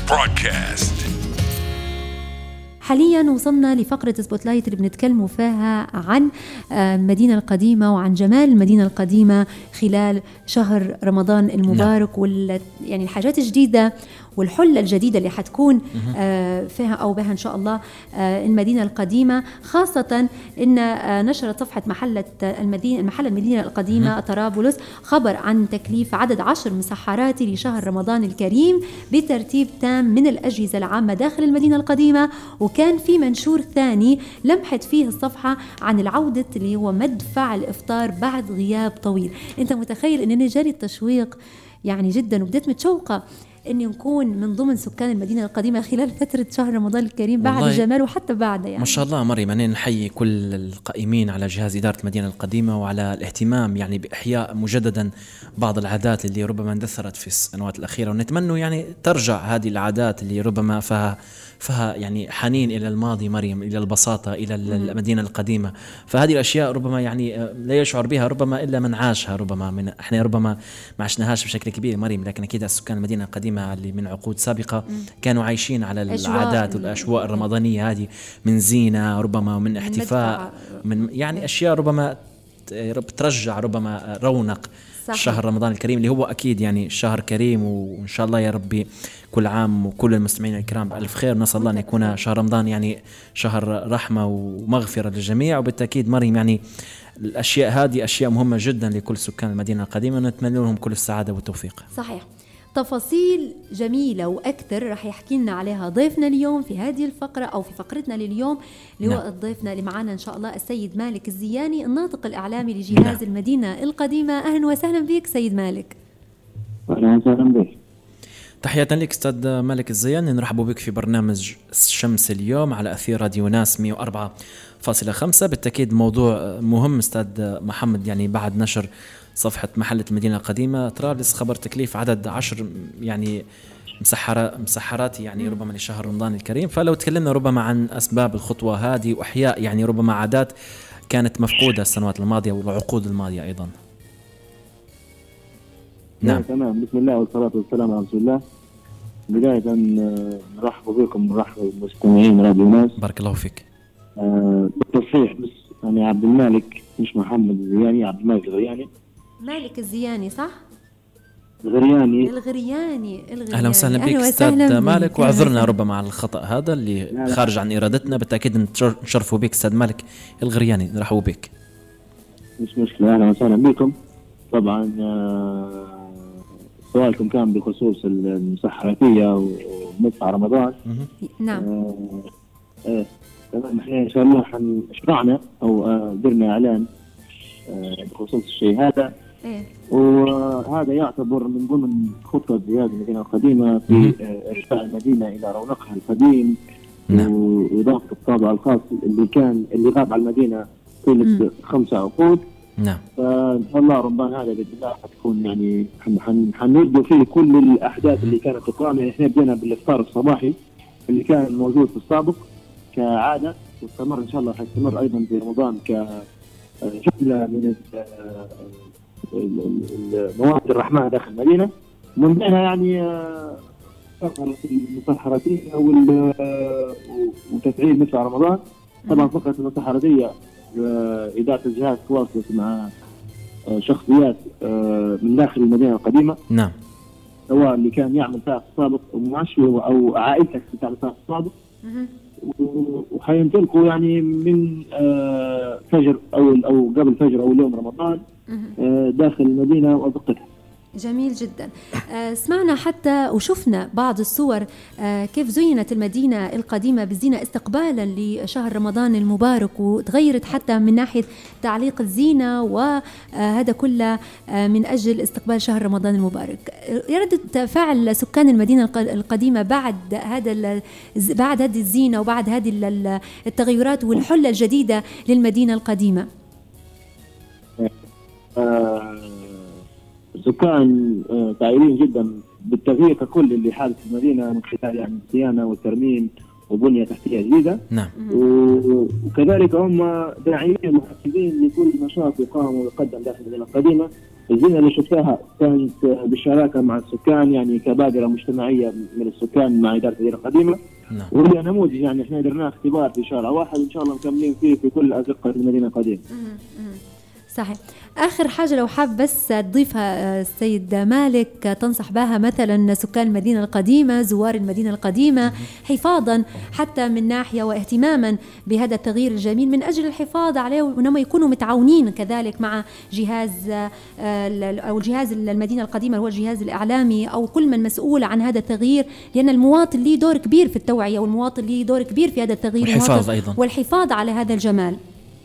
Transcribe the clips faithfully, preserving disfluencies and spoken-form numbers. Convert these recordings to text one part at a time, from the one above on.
Broadcast. حاليا وصلنا لفقرة سبوتلايت اللي بنتكلموا فيها عن المدينة القديمة وعن جمال المدينة القديمة خلال شهر رمضان المبارك. وال يعني الحاجات الجديدة والحلة الجديدة اللي حتكون فيها أو بها إن شاء الله المدينة القديمة، خاصة إن نشرت صفحة محلة المدينة المحل المدينة القديمة طرابلس خبر عن تكليف عدد عشر مسحرات لشهر رمضان الكريم بترتيب تام من الأجهزة العامة داخل المدينة القديمة. وكان في منشور ثاني لمحت فيه الصفحة عن العودة اللي هو مدفع الإفطار بعد غياب طويل. أنت متخيل إنني جاري التشويق يعني جدا، وبدأت متشوقة إني نكون من ضمن سكان المدينة القديمة خلال فترة شهر رمضان الكريم بعد الجمال وحتى بعد يعني. ما شاء الله مريم، أنا نحيي كل القائمين على جهاز إدارة المدينة القديمة وعلى الاهتمام يعني بإحياء مجددا بعض العادات اللي ربما اندثرت في السنوات الأخيرة، ونتمنى يعني ترجع هذه العادات اللي ربما فيها فها يعني حنين إلى الماضي مريم، إلى البساطة، إلى المدينة القديمة. فهذه الأشياء ربما يعني لا يشعر بها ربما إلا من عاشها، ربما من إحنا ربما ما عشناهاش بشكل كبير مريم، لكن أكيد السكان المدينة القديمة اللي من عقود سابقة كانوا عايشين على العادات والأشواء الرمضانية هذه، من زينة ربما ومن احتفاء من يعني أشياء ربما ترجع ربما رونق صحيح. شهر رمضان الكريم اللي هو أكيد يعني شهر كريم، وإن شاء الله يا ربي كل عام وكل المستمعين الكرام بألف خير. نسأل الله أن يكون شهر رمضان يعني شهر رحمة ومغفرة للجميع. وبالتأكيد مريم يعني الأشياء هذه أشياء مهمة جدا لكل سكان المدينة القديمة، ونتمنى لهم كل السعادة والتوفيق. صحيح. تفاصيل جميلة وأكثر رح يحكي لنا عليها ضيفنا اليوم في هذه الفقرة أو في فقرتنا لليوم اللي هو ضيفنا اللي معنا إن شاء الله السيد مالك الزياني، الناطق الإعلامي لجهاز نعم. المدينة القديمة. أهلا وسهلا بك سيد مالك. أهلا وسهلا بك. تحية لك أستاذ مالك الزياني، نرحب بك في برنامج شمس اليوم على أثير راديو ناس مئة وأربعة فاصلة خمسة. بالتأكيد موضوع مهم أستاذ محمد، يعني بعد نشر صفحة محلة المدينة القديمة طرابلس خبر تكليف عدد عشر يعني مسحرة مسحرات يعني ربما لشهر رمضان الكريم. فلو تكلمنا ربما عن أسباب الخطوة هذه وإحياء يعني ربما عادات كانت مفقودة السنوات الماضية والعقود الماضية أيضا. نعم تمام. بسم الله والصلاة والسلام على رسول الله. بداية نرحب بكم ونرحب بمستمعين راديو ناس. بارك الله فيك. آه بالتصحيح بس أنا عبد المالك مش محمد الزياني، عبد المالك الغرياني. مالك الزياني صح؟ الغرياني الغرياني الغرياني. أهلا وسهلا بك أستاذ مالك، وعذرنا ربما على الخطأ هذا اللي لا لا. خارج عن إرادتنا. بالتأكيد نشرفوا بك أستاذ مالك الغرياني، نرحبوا بك. مش مشكلة. أهلا وسهلا بكم. طبعا آه سؤالكم كان بخصوص المسحراتية ومدفع رمضان. نعم. آه آه تمام. احنا إن شاء الله حنشرعنا أو درنا إعلان آه بخصوص الشيء هذا. إيه. وهذا يعتبر من ضمن خطة جهاز المدينة القديمة في إرجاع المدينة إلى رونقها القديم. نعم. وإضافة الطابع الخاص اللي كان اللي غاب على المدينة طيلة خمسة عقود. نعم. فإن شاء الله رمضان هذا بإذن الله حتكون يعني حنردوا فيه كل الأحداث اللي كانت تقام. يعني إحنا بدينا بالإفطار الصباحي اللي كان موجود في السابق كعادة، واستمر إن شاء الله حيستمر أيضا في رمضان كجملة من المواد الرحمة داخل المدينة. من بينها يعني فقرة المسحراتية وتفعيل مدفع رمضان. طبعا فقرة المسحراتية إدارة الجهاز تواصلت مع شخصيات من داخل المدينة القديمة. نعم. سواء اللي كان يعمل فيها في السابق أو أو عائلتك تعمل فيها في السابق، وحينطلقوا يعني من فجر أو أو قبل فجر أو يوم رمضان داخل المدينة وأبقتها. جميل جدا. آه سمعنا حتى وشفنا بعض الصور آه كيف زينت المدينة القديمة بالزينة استقبالا لشهر رمضان المبارك، وتغيرت حتى من ناحية تعليق الزينة، وهذا كله آه من أجل استقبال شهر رمضان المبارك. ردة فعل سكان المدينة القديمة بعد هذا بعد هذه الزينة وبعد هذه التغيرات والحلة الجديدة للمدينة القديمة. آه السكان سعيدين جدا بالتغيير ككل اللي حادث في المدينة من خلال يعني الصيانة والترميم وبنية تحتية جديدة. نعم. وكذلك هم داعمين ومحفزين لكل نشاط يقام ويقدم داخل المدينة القديمة الزينة اللي شفتها كانت بالشراكة مع السكان، يعني كبادرة مجتمعية من السكان مع إدارة المدينة القديمة. نعم. وهي نموذج يعني احنا درناه اختبار في شارع واحد، وإن شاء الله مكملين فيه في كل أزقة المدينة القديمة. صحيح. آخر حاجة لو حاب بس تضيفها السيد مالك تنصح بها مثلا سكان المدينة القديمة، زوار المدينة القديمة، حفاظا حتى من ناحية واهتماما بهذا التغيير الجميل من أجل الحفاظ عليه، وإنما يكونوا متعاونين كذلك مع جهاز أو جهاز المدينة القديمة هو الجهاز الإعلامي أو كل من مسؤول عن هذا التغيير، لأن المواطن له دور كبير في التوعية، والمواطن له دور كبير في هذا التغيير والحفاظ أيضا والحفاظ على هذا الجمال.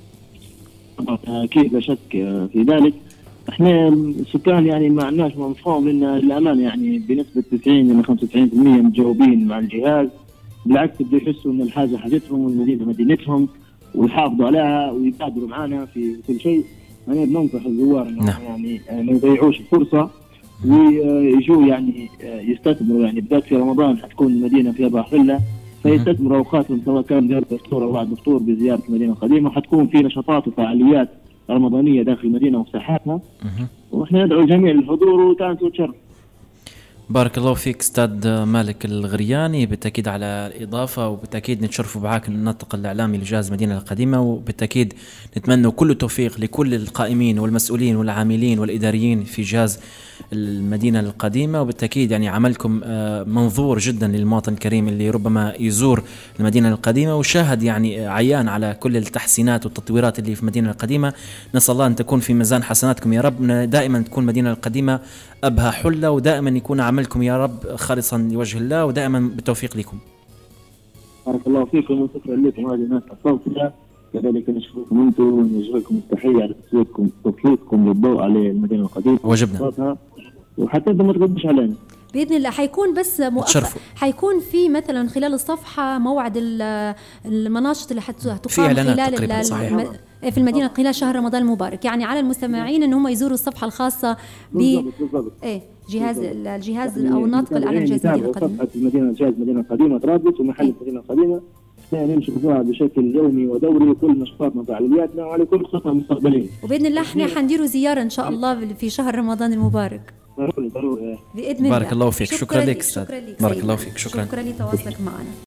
أكيد لا شك في ذلك. احنا السكان يعني ما عندناش مفهوم ان الأمان يعني بنسبة تسعين إلى خمسة وتسعين بالمئة متجاوبين مع الجهاز، بالعكس بده يحسوا ان الحاجة حاجتهم والمدينة مدينتهم ويحافظوا عليها ويبادروا معنا في كل شيء. أنا بننصح الزوار انهم يعني ما يضيعوش الفرصة ويجوا يعني يستثمروا، يعني بدأت في رمضان حتكون المدينة فيها بحلة، فيستثمروا أوقاتهم سواء كان زيارة الفطور أو بعد الفطور بزيارة المدينة القديمة، حتكون في نشاطات وفعاليات رمضانية داخل المدينة وساحاتها، ونحن ندعو الجميع للحضور وتانسوا وتشرف. بارك الله فيك أستاذ مالك الغرياني، بالتأكيد على الإضافة، وبالتأكيد نتشرفوا معاك الناطق الإعلامي لجهاز المدينة القديمة، وبالتأكيد نتمنى كل التوفيق لكل القائمين والمسؤولين والعاملين والإداريين في جهاز المدينة القديمة، وبالتأكيد يعني عملكم منظور جدا للمواطن الكريم اللي ربما يزور المدينة القديمة وشاهد يعني عيان على كل التحسينات والتطويرات اللي في المدينة القديمة. نسأل الله أن تكون في ميزان حسناتكم يا رب، دائما تكون المدينة القديمة أبها حلة، ودائما يكون عملكم يا رب خالصا لوجه الله، ودائما بالتوفيق لكم. بارك الله فيكم وشكرا لكم هذه الناس الصوتية، كذلك نشكركم انتم ونوجه لكم التحية على تسليطكم تسليطكم للضوء على المدينة القديمة وجبنا، وحتى انتم ما تقدمش علينا بإذن الله. حيكون بس مؤخر حيكون في مثلا خلال الصفحة موعد المناشط اللي حتقام خلال في المدينة خلال شهر رمضان المبارك، يعني على المستمعين ان هم يزوروا الصفحة الخاصة ب ايه جهاز الجهاز يعني او الناطق الإعلامي جهاز المدينة القديمة. صفحة المدينة جهاز المدينة القديمة ترابط ومحل إيه؟ المدينة القديمة نمشي فيها بشكل يومي ودوري كل نشاطاتنا وفعالياتنا وعلى كل خطة مستقبلية. وبإذن الله احنا حنديروا زيارة ان شاء الله في شهر رمضان المبارك. ضروري ضروري بإذن الله. بارك الله فيك. شكرا لك أستاذ. بارك الله فيك. شكرا. شكرا لتواصلك معنا.